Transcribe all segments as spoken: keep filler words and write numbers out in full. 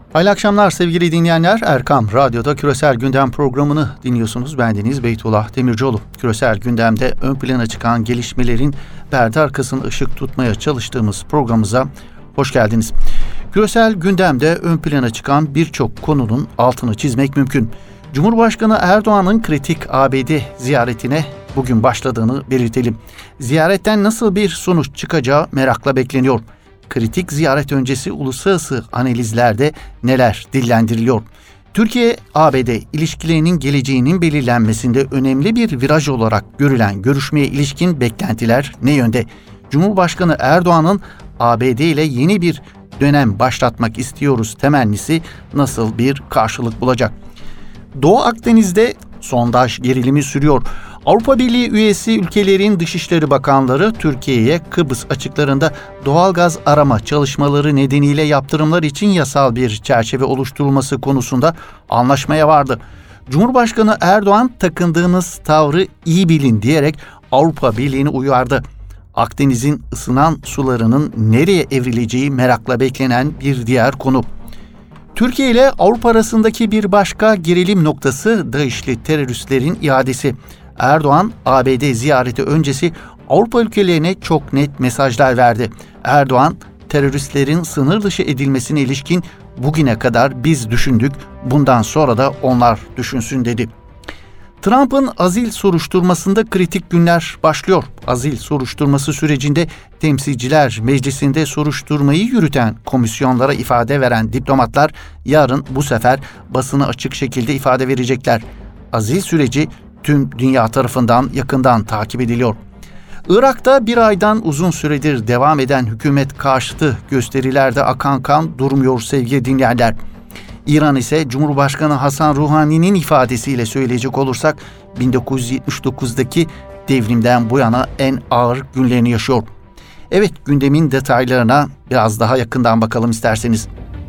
Hayırlı akşamlar sevgili dinleyenler. Erkam Radyo'da Küresel Gündem programını dinliyorsunuz. Bendeniz Beytullah Demircioğlu. Küresel gündemde ön plana çıkan gelişmelerin perde arkasına ışık tutmaya çalıştığımız programımıza hoş geldiniz. Küresel gündemde ön plana çıkan birçok konunun altını çizmek mümkün. Cumhurbaşkanı Erdoğan'ın kritik A B D ziyaretine bugün başladığını belirtelim. Ziyaretten nasıl bir sonuç çıkacağı merakla bekleniyor. Kritik ziyaret öncesi uluslararası analizlerde neler dillendiriliyor? Türkiye-A B D ilişkilerinin geleceğinin belirlenmesinde önemli bir viraj olarak görülen görüşmeye ilişkin beklentiler ne yönde? Cumhurbaşkanı Erdoğan'ın A B D ile yeni bir dönem başlatmak istiyoruz temennisi nasıl bir karşılık bulacak? Doğu Akdeniz'de sondaj gerilimi sürüyor. Avrupa Birliği üyesi ülkelerin Dışişleri Bakanları Türkiye'ye Kıbrıs açıklarında doğalgaz arama çalışmaları nedeniyle yaptırımlar için yasal bir çerçeve oluşturulması konusunda anlaşmaya vardı. Cumhurbaşkanı Erdoğan takındığınız tavrı iyi bilin diyerek Avrupa Birliği'ni uyardı. Akdeniz'in ısınan sularının nereye evrileceği merakla beklenen bir diğer konu. Türkiye ile Avrupa arasındaki bir başka gerilim noktası DAEŞ'li teröristlerin iadesi. Erdoğan, A B D ziyareti öncesi Avrupa ülkelerine çok net mesajlar verdi. Erdoğan, teröristlerin sınır dışı edilmesine ilişkin bugüne kadar biz düşündük, bundan sonra da onlar düşünsün dedi. Trump'ın azil soruşturmasında kritik günler başlıyor. Azil soruşturması sürecinde Temsilciler Meclisi'nde soruşturmayı yürüten komisyonlara ifade veren diplomatlar yarın bu sefer basına açık şekilde ifade verecekler. Azil süreci tüm dünya tarafından yakından takip ediliyor. Irak'ta bir aydan uzun süredir devam eden hükümet karşıtı gösterilerde akan kan durmuyor sevgili dinleyenler. İran ise Cumhurbaşkanı Hasan Ruhani'nin ifadesiyle söyleyecek olursak bin dokuz yüz yetmiş dokuzdaki devrimden bu yana en ağır günlerini yaşıyor. Evet, gündemin detaylarına biraz daha yakından bakalım isterseniz.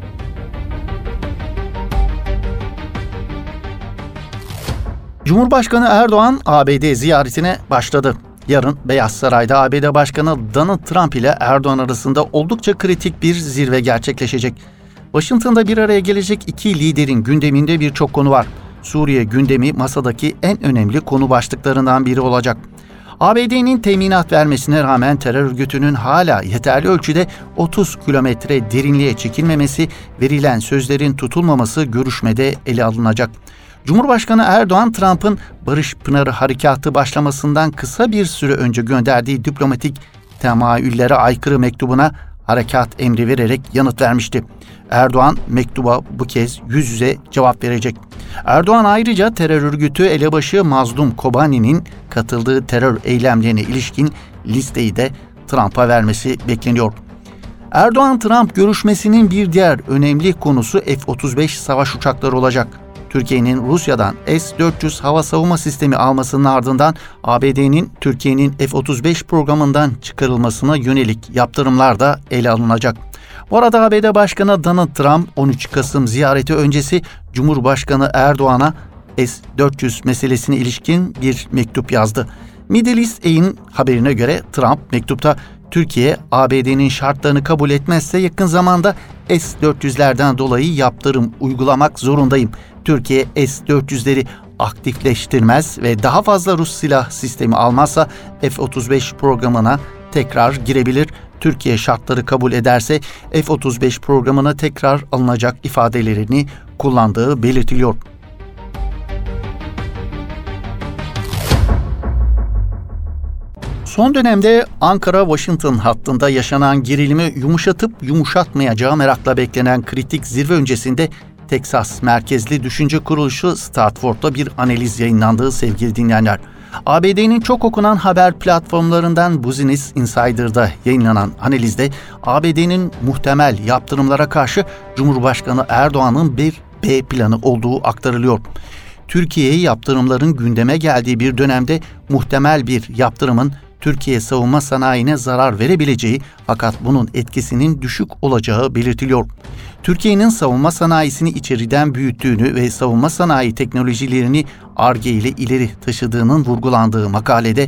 Cumhurbaşkanı Erdoğan A B D ziyaretine başladı. Yarın Beyaz Saray'da A B D Başkanı Donald Trump ile Erdoğan arasında oldukça kritik bir zirve gerçekleşecek. Washington'da bir araya gelecek iki liderin gündeminde birçok konu var. Suriye gündemi masadaki en önemli konu başlıklarından biri olacak. A B D'nin teminat vermesine rağmen terör örgütünün hala yeterli ölçüde otuz kilometre derinliğe çekilmemesi, verilen sözlerin tutulmaması görüşmede ele alınacak. Cumhurbaşkanı Erdoğan, Trump'ın Barış Pınarı Harekatı başlamasından kısa bir süre önce gönderdiği diplomatik temayüllere aykırı mektubuna harekat emri vererek yanıt vermişti. Erdoğan mektuba bu kez yüz yüze cevap verecek. Erdoğan ayrıca terör örgütü elebaşı Mazlum Kobani'nin katıldığı terör eylemlerine ilişkin listeyi de Trump'a vermesi bekleniyor. Erdoğan-Trump görüşmesinin bir diğer önemli konusu F otuz beş savaş uçakları olacak. Türkiye'nin Rusya'dan S dört yüz hava savunma sistemi almasının ardından A B D'nin Türkiye'nin F otuz beş programından çıkarılmasına yönelik yaptırımlar da ele alınacak. Bu arada A B D Başkanı Donald Trump on üç Kasım ziyareti öncesi Cumhurbaşkanı Erdoğan'a S dört yüz meselesine ilişkin bir mektup yazdı. Middle East Eye'in haberine göre Trump mektupta Türkiye, A B D'nin şartlarını kabul etmezse yakın zamanda S dört yüzlerden dolayı yaptırım uygulamak zorundayım. Türkiye S dört yüzleri aktifleştirmez ve daha fazla Rus silah sistemi almazsa F otuz beş programına tekrar girebilir. Türkiye şartları kabul ederse F otuz beş programına tekrar alınacak ifadelerini kullandığı belirtiliyor. Son dönemde Ankara-Washington hattında yaşanan gerilimi yumuşatıp yumuşatmayacağı merakla beklenen kritik zirve öncesinde Teksas merkezli düşünce kuruluşu Stanford'da bir analiz yayınlandığı sevgili dinleyenler. A B D'nin çok okunan haber platformlarından Business Insider'da yayınlanan analizde A B D'nin muhtemel yaptırımlara karşı Cumhurbaşkanı Erdoğan'ın bir B planı olduğu aktarılıyor. Türkiye'ye yaptırımların gündeme geldiği bir dönemde muhtemel bir yaptırımın Türkiye savunma sanayine zarar verebileceği fakat bunun etkisinin düşük olacağı belirtiliyor. Türkiye'nin savunma sanayisini içeriden büyüttüğünü ve savunma sanayi teknolojilerini Ar-Ge ile ileri taşıdığının vurgulandığı makalede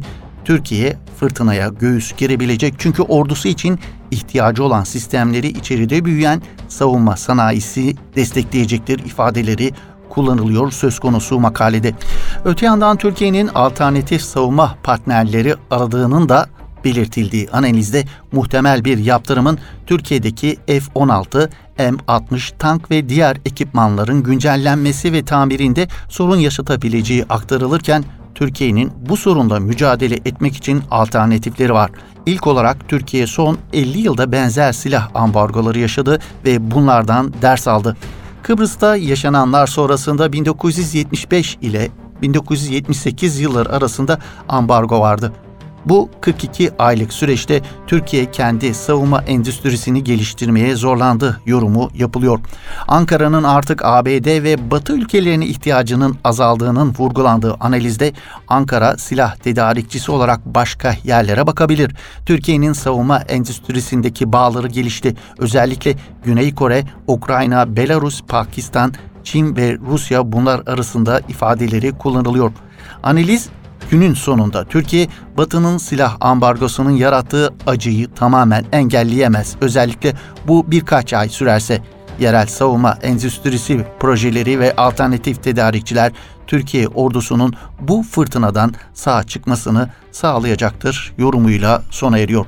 Türkiye fırtınaya göğüs gerebilecek çünkü ordusu için ihtiyacı olan sistemleri içeride büyüyen savunma sanayisi destekleyecektir ifadeleri kullanılıyor söz konusu makalede. Öte yandan Türkiye'nin alternatif savunma partnerleri aradığının da belirtildiği analizde muhtemel bir yaptırımın Türkiye'deki F on altı, M altmış tank ve diğer ekipmanların güncellenmesi ve tamirinde sorun yaşatabileceği aktarılırken Türkiye'nin bu sorunla mücadele etmek için alternatifleri var. İlk olarak Türkiye son elli yılda benzer silah ambargoları yaşadı ve bunlardan ders aldı. Kıbrıs'ta yaşananlar sonrasında bin dokuz yüz yetmiş beş ile bin dokuz yüz yetmiş sekiz yılları arasında ambargo vardı. Bu kırk iki aylık süreçte Türkiye kendi savunma endüstrisini geliştirmeye zorlandı yorumu yapılıyor. Ankara'nın artık A B D ve Batı ülkelerine ihtiyacının azaldığının vurgulandığı analizde Ankara silah tedarikçisi olarak başka yerlere bakabilir. Türkiye'nin savunma endüstrisindeki bağları gelişti. Özellikle Güney Kore, Ukrayna, Belarus, Pakistan, Çin ve Rusya bunlar arasında ifadeleri kullanılıyor. Analiz günün sonunda Türkiye, Batı'nın silah ambargosunun yarattığı acıyı tamamen engelleyemez. Özellikle bu birkaç ay sürerse yerel savunma endüstrisi projeleri ve alternatif tedarikçiler Türkiye ordusunun bu fırtınadan sağ çıkmasını sağlayacaktır yorumuyla sona eriyor.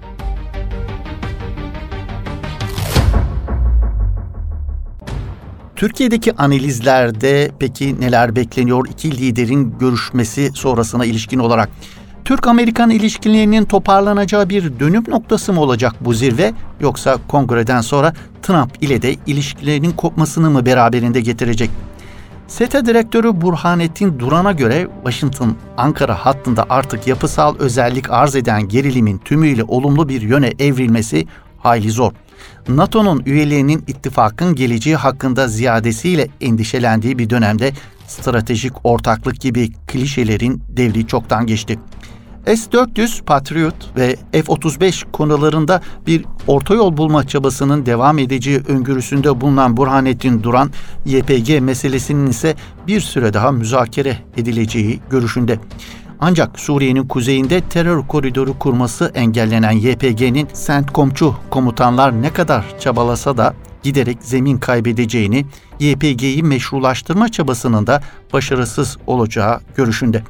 Türkiye'deki analizlerde peki neler bekleniyor iki liderin görüşmesi sonrasına ilişkin olarak? Türk-Amerikan ilişkilerinin toparlanacağı bir dönüm noktası mı olacak bu zirve, yoksa kongreden sonra Trump ile de ilişkilerinin kopmasını mı beraberinde getirecek? SETA Direktörü Burhanettin Duran'a göre Washington-Ankara hattında artık yapısal özellik arz eden gerilimin tümüyle olumlu bir yöne evrilmesi hayli zor. NATO'nun üyelerinin ittifakın geleceği hakkında ziyadesiyle endişelendiği bir dönemde stratejik ortaklık gibi klişelerin devri çoktan geçti. S dört yüz Patriot ve F otuz beş konularında bir orta yol bulma çabasının devam edeceği öngörüsünde bulunan Burhanettin Duran, Y P G meselesinin ise bir süre daha müzakere edileceği görüşünde. Ancak Suriye'nin kuzeyinde terör koridoru kurması engellenen Y P G'nin CENTCOM'cu komutanlar ne kadar çabalasa da giderek zemin kaybedeceğini, Y P G'yi meşrulaştırma çabasının da başarısız olacağı görüşünde.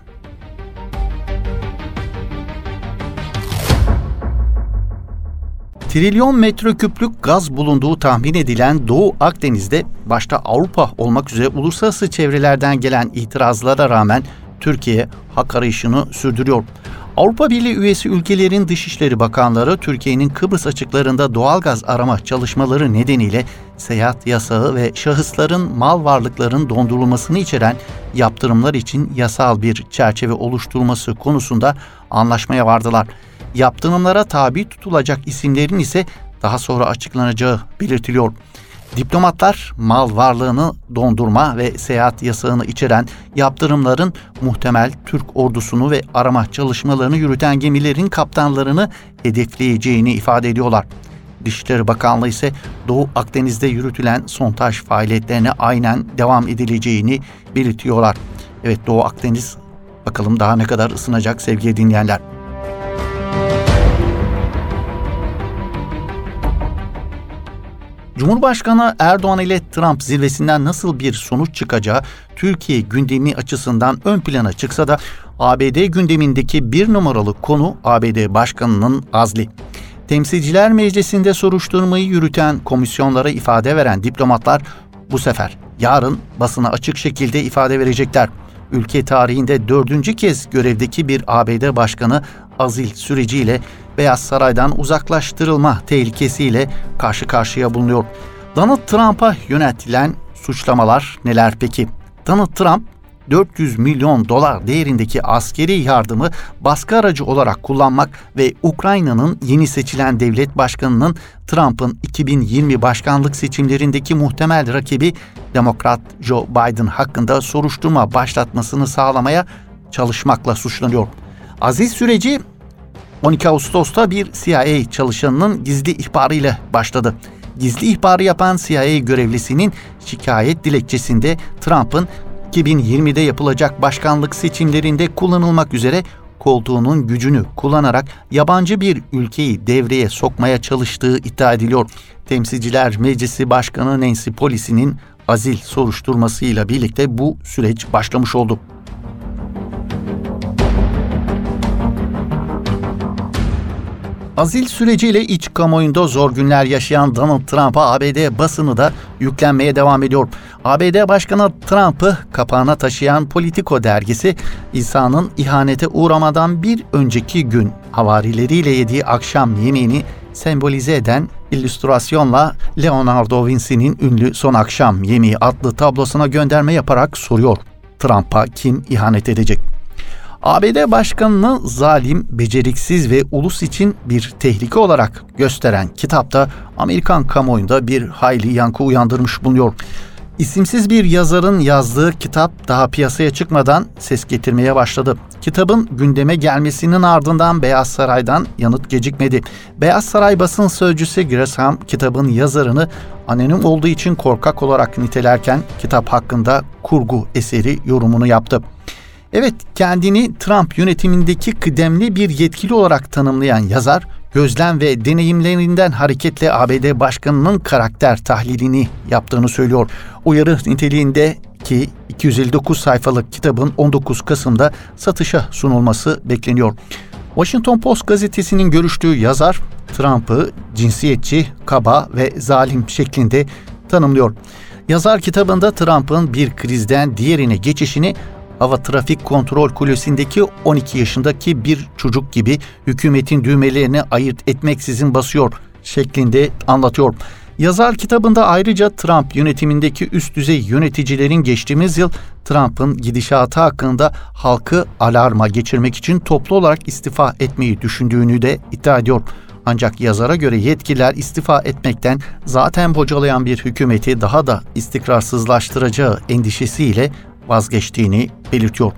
Trilyon metreküplük gaz bulunduğu tahmin edilen Doğu Akdeniz'de başta Avrupa olmak üzere uluslararası çevrelerden gelen itirazlara rağmen Türkiye hak arayışını sürdürüyor. Avrupa Birliği üyesi ülkelerin Dışişleri Bakanları Türkiye'nin Kıbrıs açıklarında doğalgaz arama çalışmaları nedeniyle seyahat yasağı ve şahısların mal varlıklarının dondurulmasını içeren yaptırımlar için yasal bir çerçeve oluşturulması konusunda anlaşmaya vardılar. Yaptırımlara tabi tutulacak isimlerin ise daha sonra açıklanacağı belirtiliyor. Diplomatlar mal varlığını dondurma ve seyahat yasağını içeren yaptırımların muhtemel Türk ordusunu ve arama çalışmalarını yürüten gemilerin kaptanlarını hedefleyeceğini ifade ediyorlar. Dışişleri Bakanlığı ise Doğu Akdeniz'de yürütülen sondaj faaliyetlerine aynen devam edileceğini belirtiyorlar. Evet, Doğu Akdeniz bakalım daha ne kadar ısınacak sevgili dinleyenler. Cumhurbaşkanı Erdoğan ile Trump zirvesinden nasıl bir sonuç çıkacağı Türkiye gündemi açısından ön plana çıksa da A B D gündemindeki bir numaralı konu A B D Başkanı'nın azli. Temsilciler Meclisi'nde soruşturmayı yürüten komisyonlara ifade veren diplomatlar bu sefer yarın basına açık şekilde ifade verecekler. Ülke tarihinde dördüncü kez görevdeki bir A B D Başkanı azil süreciyle Beyaz Saray'dan uzaklaştırılma tehlikesiyle karşı karşıya bulunuyor. Donald Trump'a yöneltilen suçlamalar neler peki? Donald Trump dört yüz milyon dolar değerindeki askeri yardımı baskı aracı olarak kullanmak ve Ukrayna'nın yeni seçilen devlet başkanının Trump'ın iki bin yirmi başkanlık seçimlerindeki muhtemel rakibi Demokrat Joe Biden hakkında soruşturma başlatmasını sağlamaya çalışmakla suçlanıyor. Aziz süreci on iki Ağustos'ta bir C I A çalışanının gizli ihbarıyla başladı. Gizli ihbarı yapan C I A görevlisinin şikayet dilekçesinde Trump'ın iki bin yirmide yapılacak başkanlık seçimlerinde kullanılmak üzere koltuğunun gücünü kullanarak yabancı bir ülkeyi devreye sokmaya çalıştığı iddia ediliyor. Temsilciler Meclisi Başkanı Nancy Pelosi'nin azil soruşturmasıyla birlikte bu süreç başlamış oldu. Azil süreciyle iç kamuoyunda zor günler yaşayan Donald Trump'a A B D basını da yüklenmeye devam ediyor. A B D Başkanı Trump'ı kapağına taşıyan Politico dergisi, İsa'nın ihanete uğramadan bir önceki gün havarileriyle yediği akşam yemeğini sembolize eden illüstrasyonla Leonardo Vinci'nin ünlü Son Akşam Yemeği adlı tablosuna gönderme yaparak soruyor: Trump'a kim ihanet edecek? A B D Başkanı'nı zalim, beceriksiz ve ulus için bir tehlike olarak gösteren kitapta Amerikan kamuoyunda bir hayli yankı uyandırmış bulunuyor. İsimsiz bir yazarın yazdığı kitap daha piyasaya çıkmadan ses getirmeye başladı. Kitabın gündeme gelmesinin ardından Beyaz Saray'dan yanıt gecikmedi. Beyaz Saray basın sözcüsü Gresham kitabın yazarını anonim olduğu için korkak olarak nitelerken kitap hakkında kurgu eseri yorumunu yaptı. Evet, kendini Trump yönetimindeki kıdemli bir yetkili olarak tanımlayan yazar, gözlem ve deneyimlerinden hareketle A B D Başkanı'nın karakter tahlilini yaptığını söylüyor. Uyarı niteliğindeki iki yüz elli dokuz sayfalık kitabın on dokuz Kasım'da satışa sunulması bekleniyor. Washington Post gazetesinin görüştüğü yazar, Trump'ı cinsiyetçi, kaba ve zalim şeklinde tanımlıyor. Yazar kitabında Trump'ın bir krizden diğerine geçişini hava trafik kontrol kulesindeki on iki yaşındaki bir çocuk gibi hükümetin düğmelerini ayırt etmeksizin basıyor şeklinde anlatıyor. Yazar kitabında ayrıca Trump yönetimindeki üst düzey yöneticilerin geçtiğimiz yıl Trump'ın gidişatı hakkında halkı alarma geçirmek için toplu olarak istifa etmeyi düşündüğünü de iddia ediyor. Ancak yazara göre yetkililer istifa etmekten zaten bocalayan bir hükümeti daha da istikrarsızlaştıracağı endişesiyle vazgeçtiğini belirtiyor.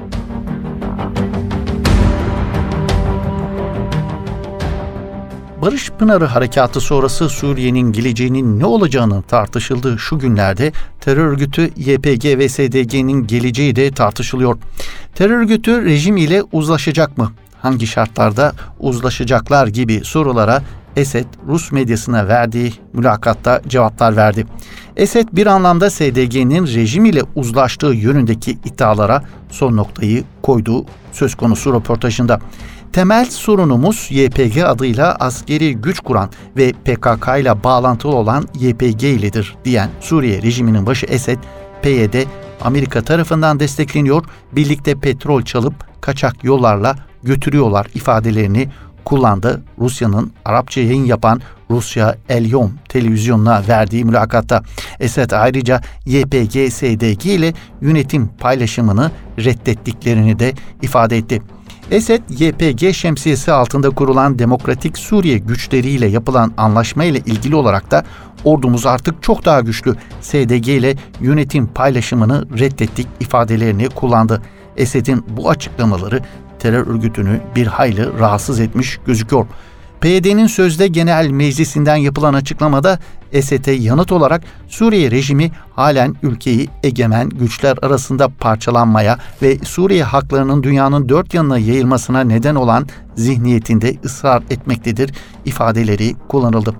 Barış Pınarı Harekatı sonrası Suriye'nin geleceğinin ne olacağını tartışıldığı şu günlerde terör örgütü Y P G ve S D G'nin geleceği de tartışılıyor. Terör örgütü rejim ile uzlaşacak mı? Hangi şartlarda uzlaşacaklar gibi sorulara Esed Rus medyasına verdiği mülakatta cevaplar verdi. Esed bir anlamda S D G'nin rejim ile uzlaştığı yönündeki iddialara son noktayı koyduğu söz konusu röportajında. Temel sorunumuz Y P G adıyla askeri güç kuran ve P K K ile bağlantılı olan Y P G iledir diyen Suriye rejiminin başı Esed, P Y D Amerika tarafından destekleniyor, birlikte petrol çalıp kaçak yollarla götürüyorlar ifadelerini kullandı. Rusya'nın Arapça yayın yapan Rusya El Yom televizyonuna verdiği mülakatta Esed ayrıca Y P G S D G ile yönetim paylaşımını reddettiklerini de ifade etti. Esed, Y P G şemsiyesi altında kurulan Demokratik Suriye güçleriyle yapılan anlaşma ile ilgili olarak da ordumuz artık çok daha güçlü, S D G ile yönetim paylaşımını reddettik ifadelerini kullandı. Esed'in bu açıklamaları terör örgütünü bir hayli rahatsız etmiş gözüküyor. P Y D'nin sözde genel meclisinden yapılan açıklamada Esed'e yanıt olarak Suriye rejimi halen ülkeyi egemen güçler arasında parçalanmaya ve Suriye haklarının dünyanın dört yanına yayılmasına neden olan zihniyetinde ısrar etmektedir ifadeleri kullanıldı.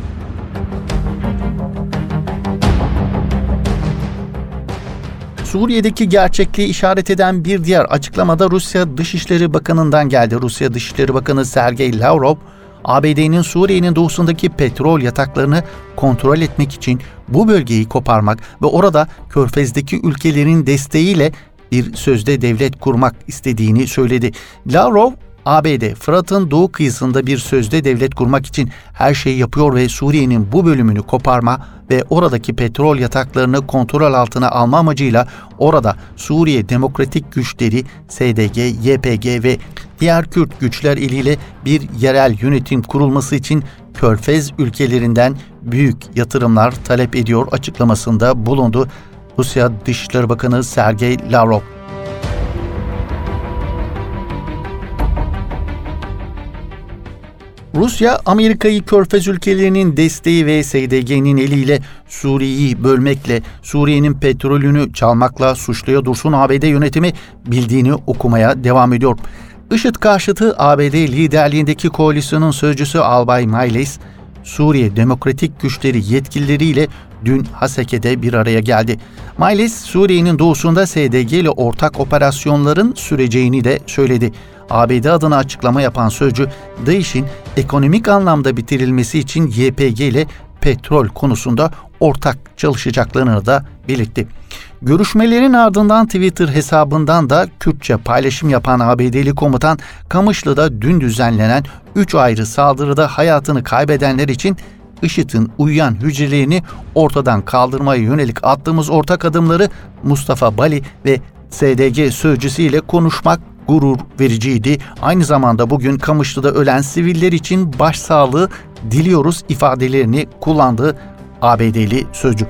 Suriye'deki gerçekliği işaret eden bir diğer açıklamada Rusya Dışişleri Bakanı'ndan geldi. Rusya Dışişleri Bakanı Sergey Lavrov, A B D'nin Suriye'nin doğusundaki petrol yataklarını kontrol etmek için bu bölgeyi koparmak ve orada Körfez'deki ülkelerin desteğiyle bir sözde devlet kurmak istediğini söyledi. Lavrov, A B D, Fırat'ın doğu kıyısında bir sözde devlet kurmak için her şeyi yapıyor ve Suriye'nin bu bölümünü koparma ve oradaki petrol yataklarını kontrol altına alma amacıyla orada Suriye Demokratik Güçleri, S D G, Y P G ve diğer Kürt güçler eliyle bir yerel yönetim kurulması için Körfez ülkelerinden büyük yatırımlar talep ediyor açıklamasında bulundu Rusya Dışişleri Bakanı Sergey Lavrov. Rusya, Amerika'yı Körfez ülkelerinin desteği ve S D G'nin eliyle Suriye'yi bölmekle, Suriye'nin petrolünü çalmakla suçluyor dursun A B D yönetimi bildiğini okumaya devam ediyor. IŞİD karşıtı A B D liderliğindeki koalisyonun sözcüsü Albay Miles, Suriye Demokratik Güçleri yetkilileriyle dün Haseke'de bir araya geldi. Miles, Suriye'nin doğusunda S D G ile ortak operasyonların süreceğini de söyledi. A B D adına açıklama yapan sözcü, DAEŞ'in ekonomik anlamda bitirilmesi için Y P G ile petrol konusunda ortak çalışacaklarını da belirtti. Görüşmelerin ardından Twitter hesabından da Kürtçe paylaşım yapan A B D'li komutan, Kamışlı'da dün düzenlenen üç ayrı saldırıda hayatını kaybedenler için IŞİD'in uyuyan hücrelerini ortadan kaldırmaya yönelik attığımız ortak adımları Mustafa Bali ve S D G sözcüsüyle konuşmak gurur vericiydi. Aynı zamanda bugün Kamışlı'da ölen siviller için başsağlığı diliyoruz ifadelerini kullandığı A B D'li sözcü.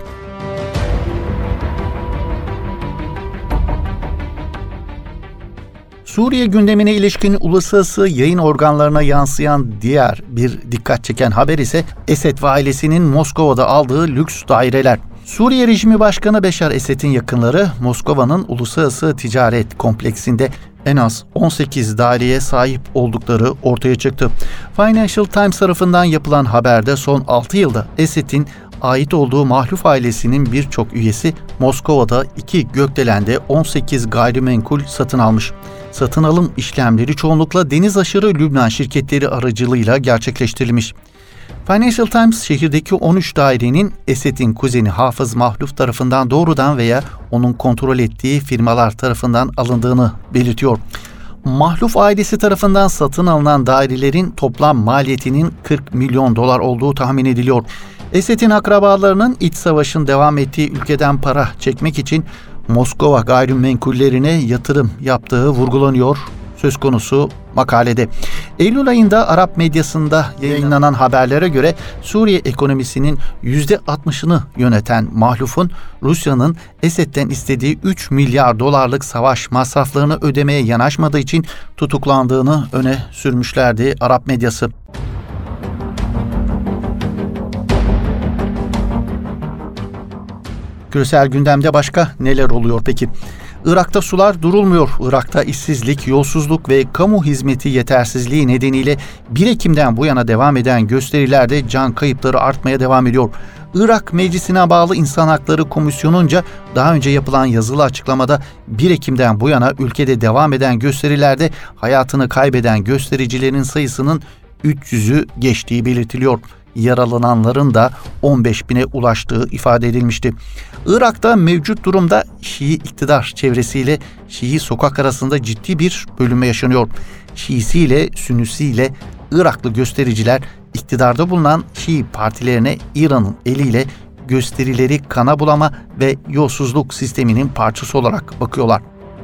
Suriye gündemine ilişkin uluslararası yayın organlarına yansıyan diğer bir dikkat çeken haber ise Esed ve ailesinin Moskova'da aldığı lüks daireler. Suriye Rejimi Başkanı Beşar Esed'in yakınları Moskova'nın uluslararası ticaret kompleksinde en az on sekiz daireye sahip oldukları ortaya çıktı. Financial Times tarafından yapılan haberde son altı yılda Esed'in ait olduğu Mahluf ailesinin birçok üyesi Moskova'da iki gökdelende on sekiz gayrimenkul satın almış. Satın alım işlemleri çoğunlukla deniz aşırı Lübnan şirketleri aracılığıyla gerçekleştirilmiş. Financial Times, şehirdeki on üç dairenin Esed'in kuzeni Hafız Mahluf tarafından doğrudan veya onun kontrol ettiği firmalar tarafından alındığını belirtiyor. Mahluf ailesi tarafından satın alınan dairelerin toplam maliyetinin kırk milyon dolar olduğu tahmin ediliyor. Esed'in akrabalarının iç savaşın devam ettiği ülkeden para çekmek için Moskova gayrimenkullerine yatırım yaptığı vurgulanıyor söz konusu makalede. Eylül ayında Arap medyasında yayınlanan haberlere göre Suriye ekonomisinin yüzde altmışını yöneten Mahluf'un Rusya'nın Esed'den istediği üç milyar dolarlık savaş masraflarını ödemeye yanaşmadığı için tutuklandığını öne sürmüşlerdi Arap medyası. Küresel gündemde başka neler oluyor peki? Irak'ta sular durulmuyor. Irak'ta işsizlik, yolsuzluk ve kamu hizmeti yetersizliği nedeniyle bir Ekim'den bu yana devam eden gösterilerde can kayıpları artmaya devam ediyor. Irak Meclisi'ne bağlı İnsan Hakları Komisyonu'nca daha önce yapılan yazılı açıklamada bir Ekim'den bu yana ülkede devam eden gösterilerde hayatını kaybeden göstericilerin sayısının üç yüzü geçtiği belirtiliyor. Yaralananların da on beş bine ulaştığı ifade edilmişti. Irak'ta mevcut durumda Şii iktidar çevresiyle Şii sokak arasında ciddi bir bölünme yaşanıyor. Şiisiyle Sünnisiyle Iraklı göstericiler iktidarda bulunan Şii partilerine İran'ın eliyle gösterileri kana bulama ve yolsuzluk sisteminin parçası olarak bakıyorlar.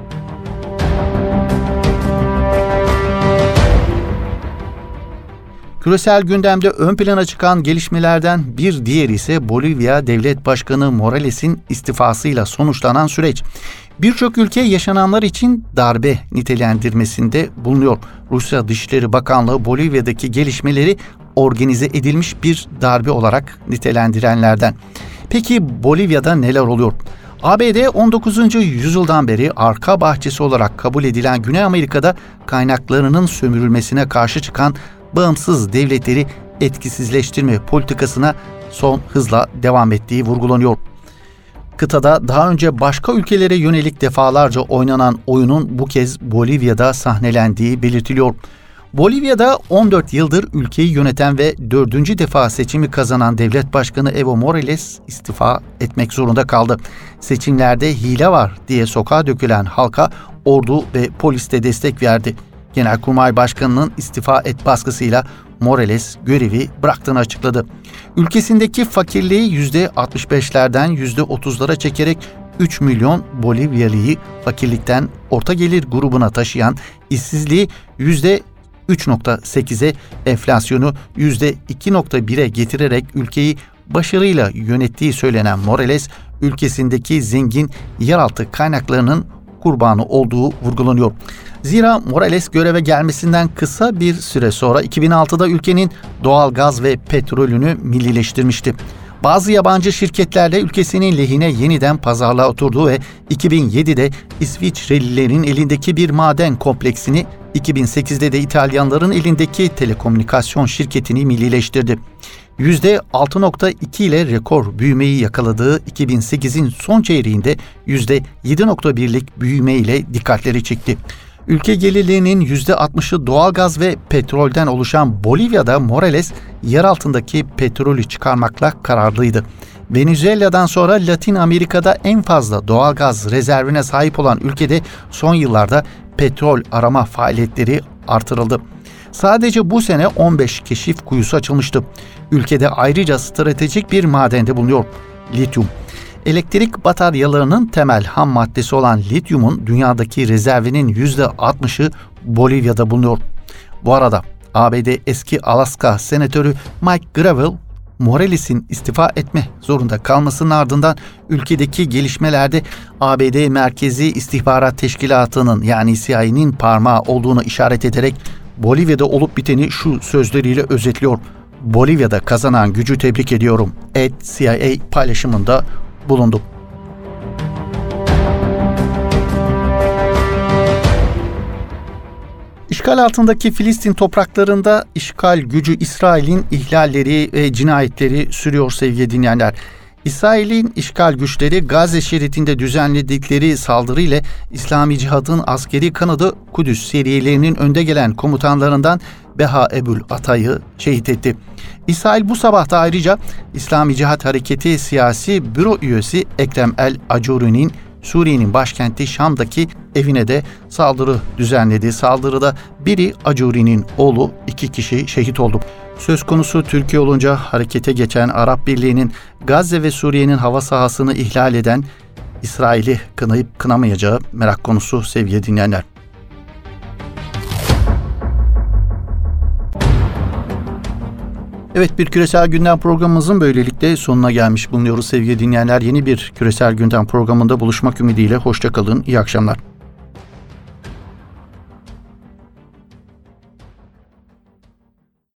Küresel gündemde ön plana çıkan gelişmelerden bir diğeri ise Bolivya Devlet Başkanı Morales'in istifasıyla sonuçlanan süreç. Birçok ülke yaşananlar için darbe nitelendirmesinde bulunuyor. Rusya Dışişleri Bakanlığı Bolivya'daki gelişmeleri organize edilmiş bir darbe olarak nitelendirenlerden. Peki Bolivya'da neler oluyor? A B D on dokuzuncu yüzyıldan beri arka bahçesi olarak kabul edilen Güney Amerika'da kaynaklarının sömürülmesine karşı çıkan bağımsız devletleri etkisizleştirme politikasına son hızla devam ettiği vurgulanıyor. Kıtada daha önce başka ülkelere yönelik defalarca oynanan oyunun bu kez Bolivya'da sahnelendiği belirtiliyor. Bolivya'da on dört yıldır ülkeyi yöneten ve dördüncü defa seçimi kazanan devlet başkanı Evo Morales istifa etmek zorunda kaldı. Seçimlerde hile var diye sokağa dökülen halka ordu ve polis de destek verdi. Genelkurmay Başkanı'nın istifa et baskısıyla Morales görevi bıraktığını açıkladı. Ülkesindeki fakirliği yüzde altmış beşlerden yüzde otuzlara çekerek üç milyon Bolivyalı'yı fakirlikten orta gelir grubuna taşıyan, işsizliği yüzde üç virgül sekize, enflasyonu yüzde iki virgül bire getirerek ülkeyi başarıyla yönettiği söylenen Morales, ülkesindeki zengin yeraltı kaynaklarının kurbanı olduğu vurgulanıyor. Zira Morales göreve gelmesinden kısa bir süre sonra iki bin altıda ülkenin doğal gaz ve petrolünü millileştirmişti. Bazı yabancı şirketlerle ülkesinin lehine yeniden pazarlığa oturdu ve iki bin yedide İsviçrelilerin elindeki bir maden kompleksini, iki bin sekizde de İtalyanların elindeki telekomünikasyon şirketini millileştirdi. yüzde altı virgül iki ile rekor büyümeyi yakaladığı iki bin sekizin son çeyreğinde yüzde yedi virgül birlik büyüme ile dikkatleri çekti. Ülke gelirlerinin yüzde altmışı doğalgaz ve petrolden oluşan Bolivya'da Morales yer altındaki petrolü çıkarmakla kararlıydı. Venezuela'dan sonra Latin Amerika'da en fazla doğalgaz rezervine sahip olan ülkede son yıllarda petrol arama faaliyetleri artırıldı. Sadece bu sene on beş keşif kuyusu açılmıştı. Ülkede ayrıca stratejik bir madende bulunuyor: lityum. Elektrik bataryalarının temel ham maddesi olan lityumun dünyadaki rezervinin yüzde altmışı Bolivya'da bulunuyor. Bu arada A B D eski Alaska senatörü Mike Gravel, Morales'in istifa etme zorunda kalmasının ardından ülkedeki gelişmelerde A B D Merkezi İstihbarat Teşkilatı'nın yani C I A'nin parmağı olduğunu işaret ederek Bolivya'da olup biteni şu sözleriyle özetliyor: "Bolivya'da kazanan gücü tebrik ediyorum." et C I A paylaşımında bulundu. İşgal altındaki Filistin topraklarında işgal gücü İsrail'in ihlalleri ve cinayetleri sürüyor sevgili dinleyenler. İsrail'in işgal güçleri Gazze şeridinde düzenledikleri saldırı ile İslami Cihad'ın askeri kanadı Kudüs seriyelerinin önde gelen komutanlarından Beha Ebul Atay'ı şehit etti. İsrail bu sabah da ayrıca İslami Cihad Hareketi Siyasi Büro üyesi Ekrem El Acuri'nin Suriye'nin başkenti Şam'daki evine de saldırı düzenledi. Saldırıda biri Acuri'nin oğlu, iki kişi şehit oldu. Söz konusu Türkiye olunca harekete geçen Arap Birliği'nin Gazze ve Suriye'nin hava sahasını ihlal eden İsrail'i kınayıp kınamayacağı merak konusu sevgili dinleyenler. Evet, bir küresel gündem programımızın böylelikle sonuna gelmiş bulunuyoruz sevgili dinleyenler. Yeni bir küresel gündem programında buluşmak ümidiyle hoşça kalın, iyi akşamlar.